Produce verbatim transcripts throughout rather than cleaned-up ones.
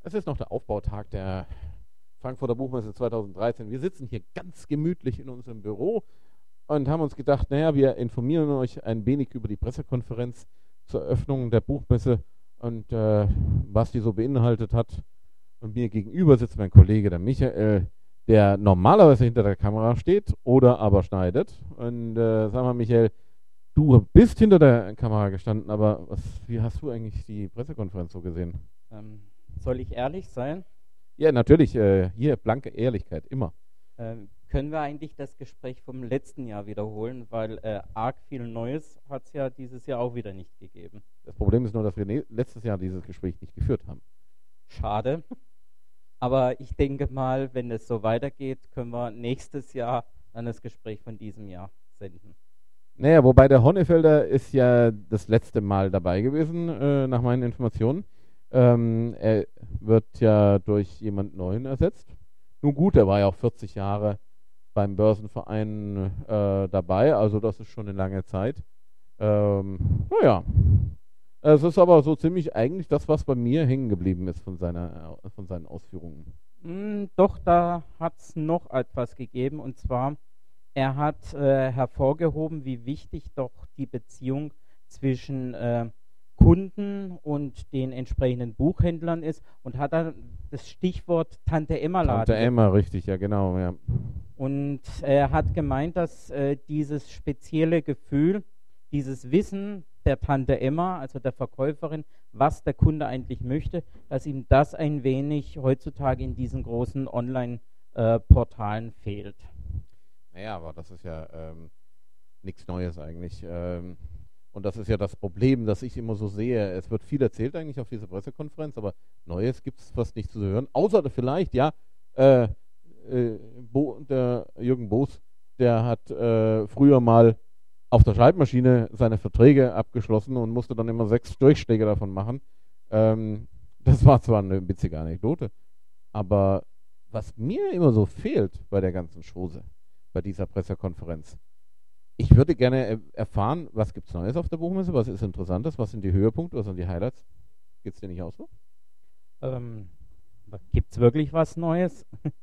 Es ist noch der Aufbautag der Frankfurter Buchmesse zweitausenddreizehn. Wir sitzen hier ganz gemütlich in unserem Büro und haben uns gedacht, naja, wir informieren euch ein wenig über die Pressekonferenz zur Eröffnung der Buchmesse und äh, was die so beinhaltet hat. Und mir gegenüber sitzt mein Kollege, der Michael, der normalerweise hinter der Kamera steht oder aber schneidet. Und äh, sag mal, Michael, du bist hinter der Kamera gestanden, aber was, wie hast du eigentlich die Pressekonferenz so gesehen? Ähm, soll ich ehrlich sein? Ja, natürlich. Äh, hier, blanke Ehrlichkeit, immer. Ähm, können wir eigentlich das Gespräch vom letzten Jahr wiederholen, weil äh, arg viel Neues hat es ja dieses Jahr auch wieder nicht gegeben. Das Problem ist nur, dass wir ne letztes Jahr dieses Gespräch nicht geführt haben. Schade. Aber ich denke mal, wenn es so weitergeht, können wir nächstes Jahr dann das Gespräch von diesem Jahr senden. Naja, wobei der Honnefelder ist ja das letzte Mal dabei gewesen, äh, nach meinen Informationen. Ähm, er wird ja durch jemand Neuen ersetzt. Nun gut, er war ja auch vierzig Jahre beim Börsenverein äh, dabei, also das ist schon eine lange Zeit. Ähm, naja, es ist aber so ziemlich eigentlich das, was bei mir hängen geblieben ist von, seiner, äh, von seinen Ausführungen. Mm, doch, da hat es noch etwas gegeben, und zwar, er hat äh, hervorgehoben, wie wichtig doch die Beziehung zwischen äh, Kunden und den entsprechenden Buchhändlern ist, und hat dann das Stichwort Tante-Emma-Laden. Tante Emma, richtig, ja genau. Ja. Und er hat gemeint, dass äh, dieses spezielle Gefühl, dieses Wissen der Tante Emma, also der Verkäuferin, was der Kunde eigentlich möchte, dass ihm das ein wenig heutzutage in diesen großen Online-Portalen äh, fehlt. Naja, aber das ist ja ähm, nichts Neues eigentlich. Ähm, und das ist ja das Problem, das ich immer so sehe. Es wird viel erzählt eigentlich auf dieser Pressekonferenz, aber Neues gibt es fast nicht zu hören. Außer vielleicht, ja, äh, äh, Bo, der Jürgen Boos, der hat äh, früher mal auf der Schreibmaschine seine Verträge abgeschlossen und musste dann immer sechs Durchschläge davon machen. Ähm, das war zwar eine witzige Anekdote, aber was mir immer so fehlt bei der ganzen Chose, bei dieser Pressekonferenz, ich würde gerne erfahren, was gibt es Neues auf der Buchmesse, was ist Interessantes, was sind die Höhepunkte, was sind die Highlights? Geht es dir nicht auch so? Ähm, gibt es wirklich was Neues?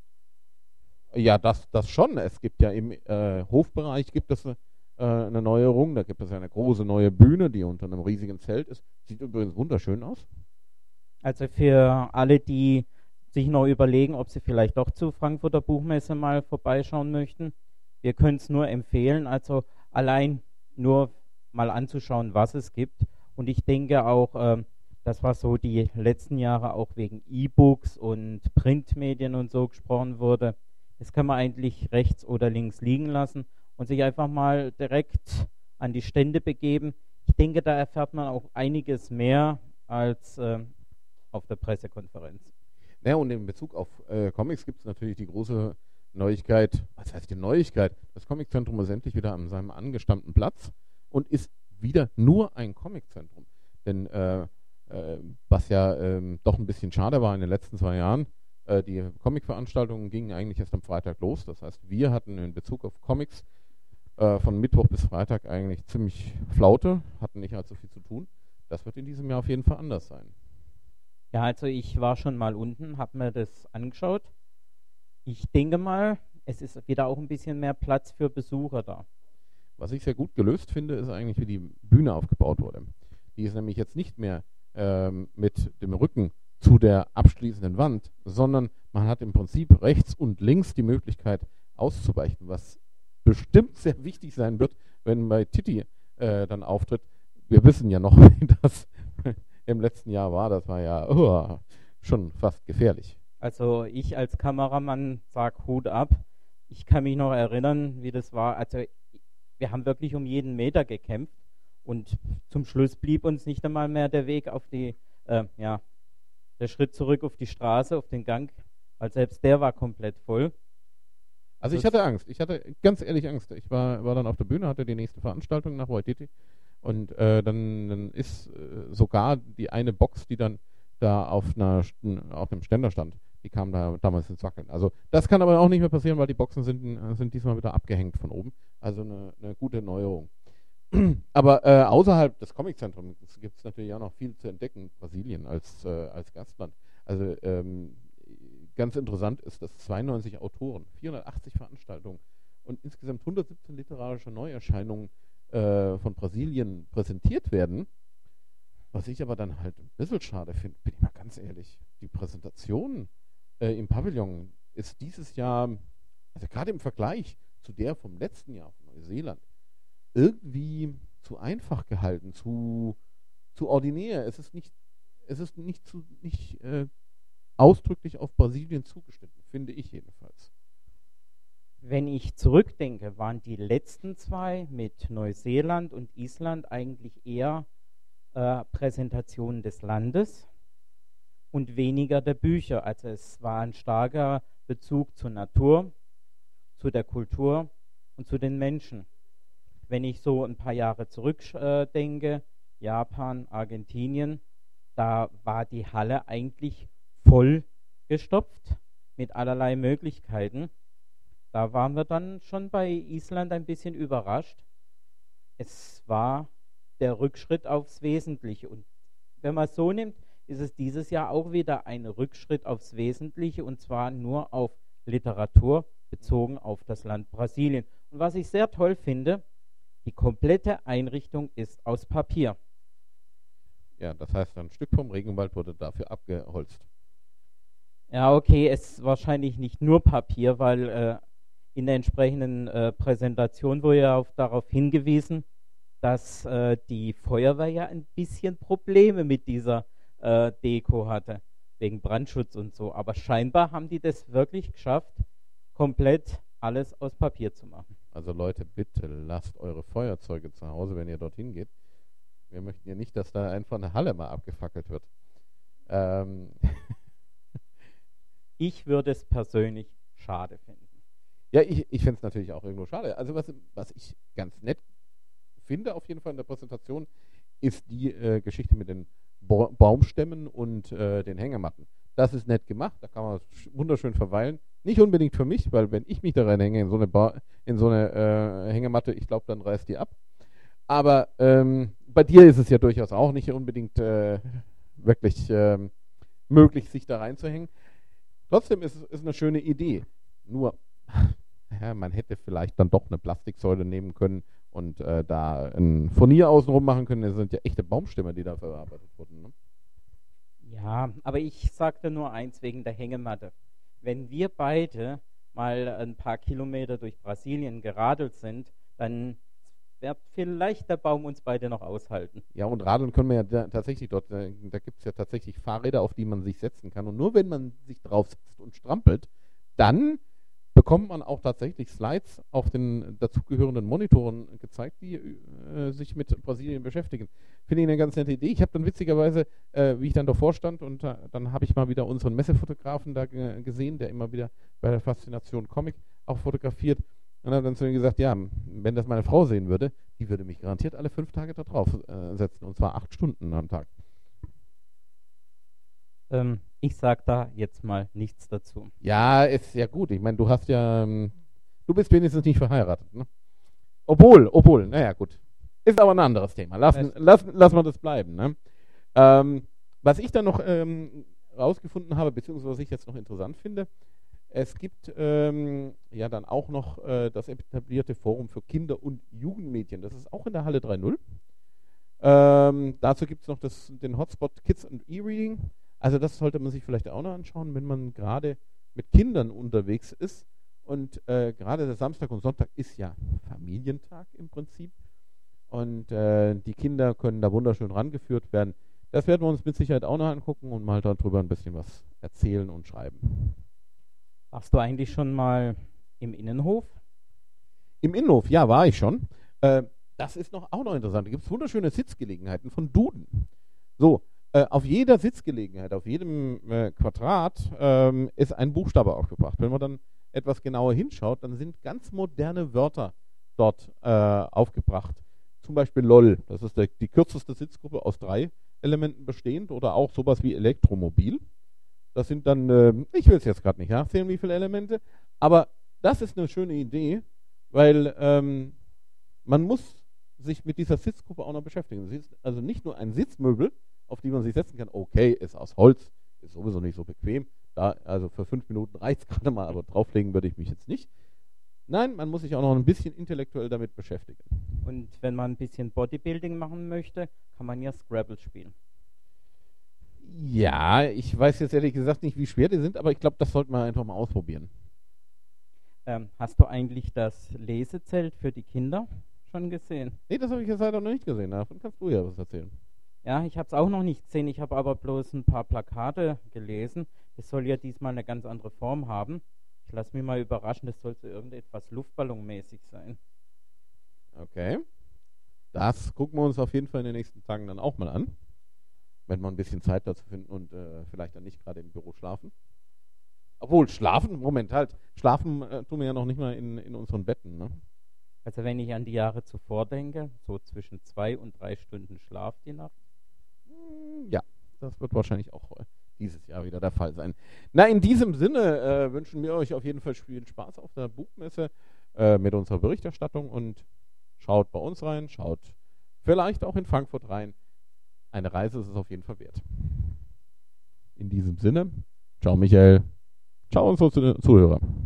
Ja, das, das schon. Es gibt ja im äh, Hofbereich gibt es eine, äh, eine Neuerung. Da gibt es ja eine große neue Bühne, die unter einem riesigen Zelt ist. Sieht übrigens wunderschön aus. Also für alle, die sich noch überlegen, ob sie vielleicht doch zur Frankfurter Buchmesse mal vorbeischauen möchten, wir können es nur empfehlen, also allein nur mal anzuschauen, was es gibt. Und ich denke auch, ähm, das war so die letzten Jahre auch wegen E-Books und Printmedien und so gesprochen wurde. Das kann man eigentlich rechts oder links liegen lassen und sich einfach mal direkt an die Stände begeben. Ich denke, da erfährt man auch einiges mehr als äh, auf der Pressekonferenz. Ja, und in Bezug auf äh, Comics gibt es natürlich die große Neuigkeit, was heißt die Neuigkeit? Das Comiczentrum ist endlich wieder an seinem angestammten Platz und ist wieder nur ein Comiczentrum. Denn äh, äh, was ja äh, doch ein bisschen schade war in den letzten zwei Jahren, äh, die Comic-Veranstaltungen gingen eigentlich erst am Freitag los. Das heißt, wir hatten in Bezug auf Comics äh, von Mittwoch bis Freitag eigentlich ziemlich Flaute, hatten nicht allzu viel zu tun. Das wird in diesem Jahr auf jeden Fall anders sein. Ja, also ich war schon mal unten, habe mir das angeschaut. Ich denke mal, es ist wieder auch ein bisschen mehr Platz für Besucher da. Was ich sehr gut gelöst finde, ist eigentlich, wie die Bühne aufgebaut wurde. Die ist nämlich jetzt nicht mehr ähm, mit dem Rücken zu der abschließenden Wand, sondern man hat im Prinzip rechts und links die Möglichkeit auszuweichen, was bestimmt sehr wichtig sein wird, wenn bei Titi äh, dann auftritt. Wir wissen ja noch, wie das im letzten Jahr war. Das war ja oh, schon fast gefährlich. Also ich als Kameramann sage Hut ab. Ich kann mich noch erinnern, wie das war. Also wir haben wirklich um jeden Meter gekämpft und zum Schluss blieb uns nicht einmal mehr der Weg auf die, äh, ja, der Schritt zurück auf die Straße, auf den Gang, weil selbst der war komplett voll. Also ich hatte Angst. Ich hatte ganz ehrlich Angst. Ich war, war dann auf der Bühne, hatte die nächste Veranstaltung nach Waititi und äh, dann, dann ist äh, sogar die eine Box, die dann da auf, einer, auf einem Ständer stand, die kam da damals ins Wackeln. Also das kann aber auch nicht mehr passieren, weil die Boxen sind, sind diesmal wieder abgehängt von oben. Also eine, eine gute Neuerung. Aber äh, außerhalb des Comiczentrums gibt es natürlich auch noch viel zu entdecken, Brasilien als, äh, als Gastland. Also ähm, ganz interessant ist, dass zweiundneunzig Autoren, vierhundertachtzig Veranstaltungen und insgesamt hundertsiebzehn literarische Neuerscheinungen äh, von Brasilien präsentiert werden. Was ich aber dann halt ein bisschen schade finde, bin ich mal ganz ehrlich, die Präsentation äh, im Pavillon ist dieses Jahr, also gerade im Vergleich zu der vom letzten Jahr von Neuseeland, irgendwie zu einfach gehalten, zu, zu ordinär. Es ist nicht, es ist nicht, zu, nicht äh, ausdrücklich auf Brasilien zugeschnitten, finde ich jedenfalls. Wenn ich zurückdenke, waren die letzten zwei mit Neuseeland und Island eigentlich eher äh, Präsentationen des Landes und weniger der Bücher. Also es war ein starker Bezug zur Natur, zu der Kultur und zu den Menschen. Wenn ich so ein paar Jahre zurückdenke, äh, Japan, Argentinien, da war die Halle eigentlich voll gestopft mit allerlei Möglichkeiten. Da waren wir dann schon bei Island ein bisschen überrascht. Es war der Rückschritt aufs Wesentliche. Und wenn man es so nimmt, ist es dieses Jahr auch wieder ein Rückschritt aufs Wesentliche, und zwar nur auf Literatur bezogen auf das Land Brasilien. Und was ich sehr toll finde, die komplette Einrichtung ist aus Papier. Ja, das heißt, ein Stück vom Regenwald wurde dafür abgeholzt. Ja, okay, es ist wahrscheinlich nicht nur Papier, weil äh, in der entsprechenden äh, Präsentation wurde ja auf, darauf hingewiesen, dass äh, die Feuerwehr ja ein bisschen Probleme mit dieser äh, Deko hatte, wegen Brandschutz und so. Aber scheinbar haben die das wirklich geschafft, komplett alles aus Papier zu machen. Also Leute, bitte lasst eure Feuerzeuge zu Hause, wenn ihr dorthin geht. Wir möchten ja nicht, dass da einfach eine Halle mal abgefackelt wird. Ähm ich würde es persönlich schade finden. Ja, ich, ich fände es natürlich auch irgendwo schade. Also was, was ich ganz nett finde auf jeden Fall in der Präsentation, ist die äh, Geschichte mit den Ba- Baumstämmen und äh, den Hängematten. Das ist nett gemacht, da kann man wunderschön verweilen. Nicht unbedingt für mich, weil wenn ich mich da reinhänge in so eine, ba- in so eine äh, Hängematte, ich glaube, dann reißt die ab. Aber ähm, bei dir ist es ja durchaus auch nicht unbedingt äh, wirklich ähm, möglich, sich da reinzuhängen. Trotzdem ist es ist eine schöne Idee. Nur, ja, man hätte vielleicht dann doch eine Plastiksäule nehmen können und äh, da ein Furnier außenrum machen können. Das sind ja echte Baumstämme, die da verarbeitet wurden. Ne? Ja, aber ich sagte nur eins wegen der Hängematte. Wenn wir beide mal ein paar Kilometer durch Brasilien geradelt sind, dann wird vielleicht der Baum uns beide noch aushalten. Ja, und radeln können wir ja da, tatsächlich dort, da, da gibt es ja tatsächlich Fahrräder, auf die man sich setzen kann. Und nur wenn man sich drauf setzt und strampelt, dann bekommt man auch tatsächlich Slides auf den dazugehörenden Monitoren gezeigt, die äh, sich mit Brasilien beschäftigen. Finde ich eine ganz nette Idee. Ich habe dann witzigerweise, äh, wie ich dann davor stand, und äh, dann habe ich mal wieder unseren Messefotografen da g- gesehen, der immer wieder bei der Faszination Comic auch fotografiert. Und habe dann zu ihm gesagt, ja, wenn das meine Frau sehen würde, die würde mich garantiert alle fünf Tage da drauf äh, setzen, und zwar acht Stunden am Tag. Ähm, ich sage da jetzt mal nichts dazu. Ja, ist ja gut. Ich meine, du hast ja, ähm, du bist wenigstens nicht verheiratet, ne? Obwohl, obwohl, naja, gut. Ist aber ein anderes Thema. Lassen, lassen, lassen wir das bleiben, ne? Ähm, was ich dann noch ähm, rausgefunden habe, beziehungsweise was ich jetzt noch interessant finde, es gibt ähm, ja dann auch noch äh, das etablierte Forum für Kinder- und Jugendmedien. Das ist auch in der Halle drei Punkt null. Ähm, dazu gibt es noch das, den Hotspot Kids and E-Reading. Also das sollte man sich vielleicht auch noch anschauen, wenn man gerade mit Kindern unterwegs ist. Und äh, gerade der Samstag und Sonntag ist ja Familientag im Prinzip. Und äh, die Kinder können da wunderschön rangeführt werden. Das werden wir uns mit Sicherheit auch noch angucken und mal darüber ein bisschen was erzählen und schreiben. Warst du eigentlich schon mal im Innenhof? Im Innenhof, ja, war ich schon. Äh, das ist noch, auch noch interessant. Da gibt es wunderschöne Sitzgelegenheiten von Duden. So, äh, auf jeder Sitzgelegenheit, auf jedem äh, Quadrat ähm, ist ein Buchstabe aufgebracht. Wenn man dann etwas genauer hinschaut, dann sind ganz moderne Wörter dort äh, aufgebracht. Zum Beispiel LOL, das ist der, die kürzeste Sitzgruppe aus drei Elementen bestehend, oder auch sowas wie Elektromobil. Das sind dann, äh, ich will es jetzt gerade nicht nachzählen, wie viele Elemente, aber das ist eine schöne Idee, weil ähm, man muss sich mit dieser Sitzgruppe auch noch beschäftigen. Es ist also nicht nur ein Sitzmöbel, auf die man sich setzen kann, okay, ist aus Holz, ist sowieso nicht so bequem. Da, also für fünf Minuten reicht es gerade mal, aber drauflegen würde ich mich jetzt nicht. Nein, man muss sich auch noch ein bisschen intellektuell damit beschäftigen. Und wenn man ein bisschen Bodybuilding machen möchte, kann man ja Scrabble spielen. Ja, ich weiß jetzt ehrlich gesagt nicht, wie schwer die sind, aber ich glaube, das sollten wir einfach mal ausprobieren. Ähm, hast du eigentlich das Lesezelt für die Kinder schon gesehen? Nee, das habe ich jetzt leider noch nicht gesehen. Davon kannst du ja was erzählen. Ja, ich habe es auch noch nicht gesehen. Ich habe aber bloß ein paar Plakate gelesen. Das soll ja diesmal eine ganz andere Form haben. Ich lasse mich mal überraschen, das soll so irgendetwas Luftballonmäßig sein. Okay. Das gucken wir uns auf jeden Fall in den nächsten Tagen dann auch mal an. Wenn wir ein bisschen Zeit dazu finden und äh, vielleicht dann nicht gerade im Büro schlafen. Obwohl, schlafen, Moment halt, schlafen äh, tun wir ja noch nicht mal in, in unseren Betten, ne? Also wenn ich an die Jahre zuvor denke, so zwischen zwei und drei Stunden Schlaf die Nacht. Ja, das wird wahrscheinlich auch äh, dieses Jahr wieder der Fall sein. Na, in diesem Sinne äh, wünschen wir euch auf jeden Fall viel Spaß auf der Buchmesse äh, mit unserer Berichterstattung und schaut bei uns rein, schaut vielleicht auch in Frankfurt rein. Eine Reise ist es auf jeden Fall wert. In diesem Sinne, ciao Michael, ciao unsere Zuhörer.